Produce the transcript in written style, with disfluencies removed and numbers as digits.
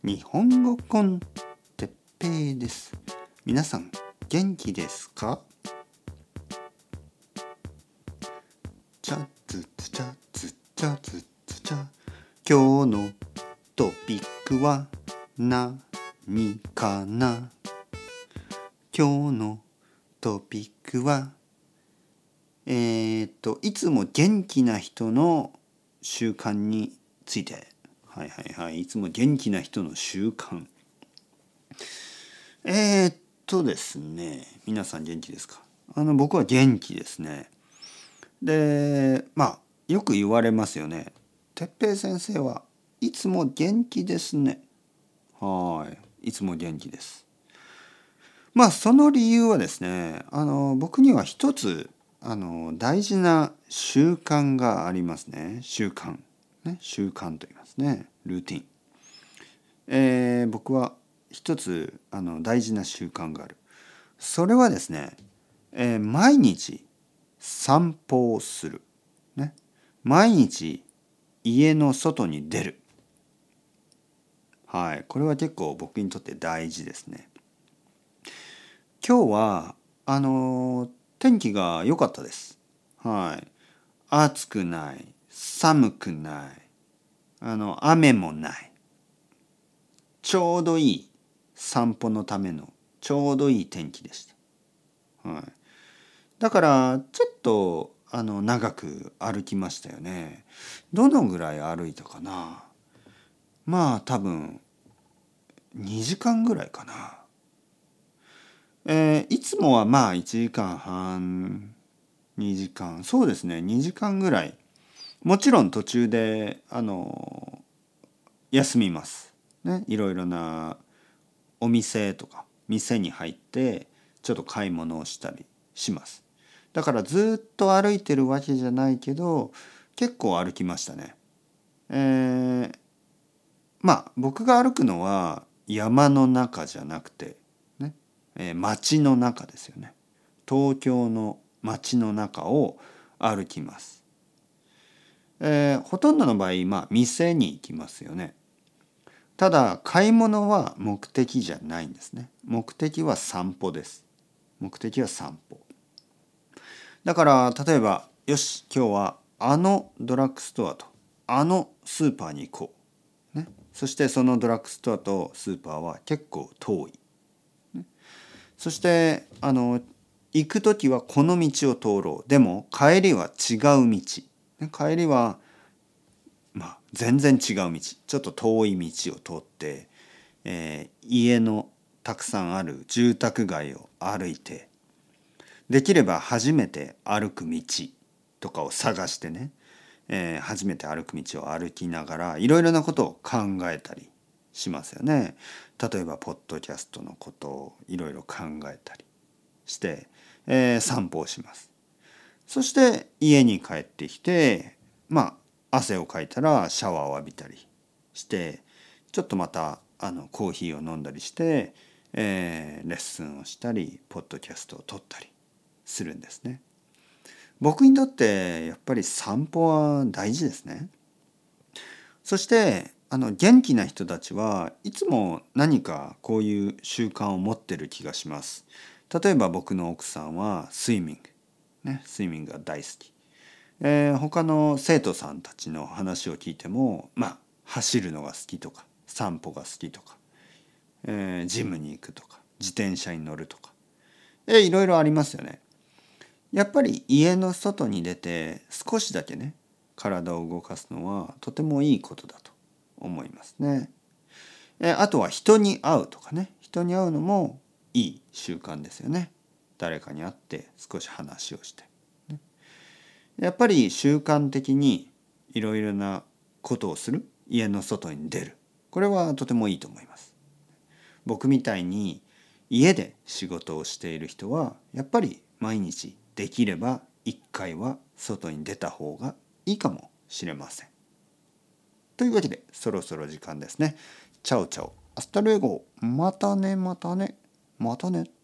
日本語コンテッペイです。皆さん元気ですか？チャツツチャツチャツツチャ。今日のトピックは何かな？今日のトピックはいつも元気な人の習慣について。いつも元気な人の習慣。ですね、皆さん元気ですか？僕は元気ですね。で、よく言われますよね。哲平先生はいつも元気ですね。いつも元気です。その理由はですね、僕には一つ大事な習慣がありますね。習慣と言いますね。ルーティン。僕は一つ大事な習慣がある。それはですね、毎日散歩をする、毎日家の外に出る。これは結構僕にとって大事ですね。今日は天気が良かったです。暑くない、寒くない、雨もない。ちょうどいい散歩のためのちょうどいい天気でした。だからちょっと長く歩きましたよね。どのぐらい歩いたかな。多分2時間ぐらいかな。いつもは1時間半2時間、そうですね、2時間ぐらい。もちろん途中で休みますね。いろいろなお店とか店に入ってちょっと買い物をしたりします。だからずっと歩いてるわけじゃないけど結構歩きましたね。僕が歩くのは山の中じゃなくてね、街の中ですよね。東京の街の中を歩きます。ほとんどの場合店に行きますよね。ただ買い物は目的じゃないんですね。目的は散歩です。目的は散歩。だから例えばよし今日はドラッグストアとスーパーに行こう、そしてそのドラッグストアとスーパーは結構遠い、そして行く時はこの道を通ろう。でも帰りは違う道、帰りは全然違う道、ちょっと遠い道を通って、家のたくさんある住宅街を歩いて、できれば初めて歩く道とかを探してね、初めて歩く道を歩きながらいろいろなことを考えたりしますよね。例えばポッドキャストのことをいろいろ考えたりして、散歩をします。そして家に帰ってきて汗をかいたらシャワーを浴びたりしてちょっとまたコーヒーを飲んだりして、レッスンをしたりポッドキャストを撮ったりするんですね。僕にとってやっぱり散歩は大事ですね。そして元気な人たちはいつも何かこういう習慣を持ってる気がします。例えば僕の奥さんはスイミングが大好き。他の生徒さんたちの話を聞いても走るのが好きとか散歩が好きとか、ジムに行くとか自転車に乗るとか、いろいろありますよね。やっぱり家の外に出て少しだけね体を動かすのはとてもいいことだと思いますね。あとは人に会うとかね、人に会うのもいい習慣ですよね。誰かに会って少し話をして、やっぱり習慣的にいろいろなことをする、家の外に出る、これはとてもいいと思います。僕みたいに家で仕事をしている人はやっぱり毎日できれば1回は外に出た方がいいかもしれません。というわけでそろそろ時間ですね。チャオチャオアスタルエゴ、またねまたねまたね。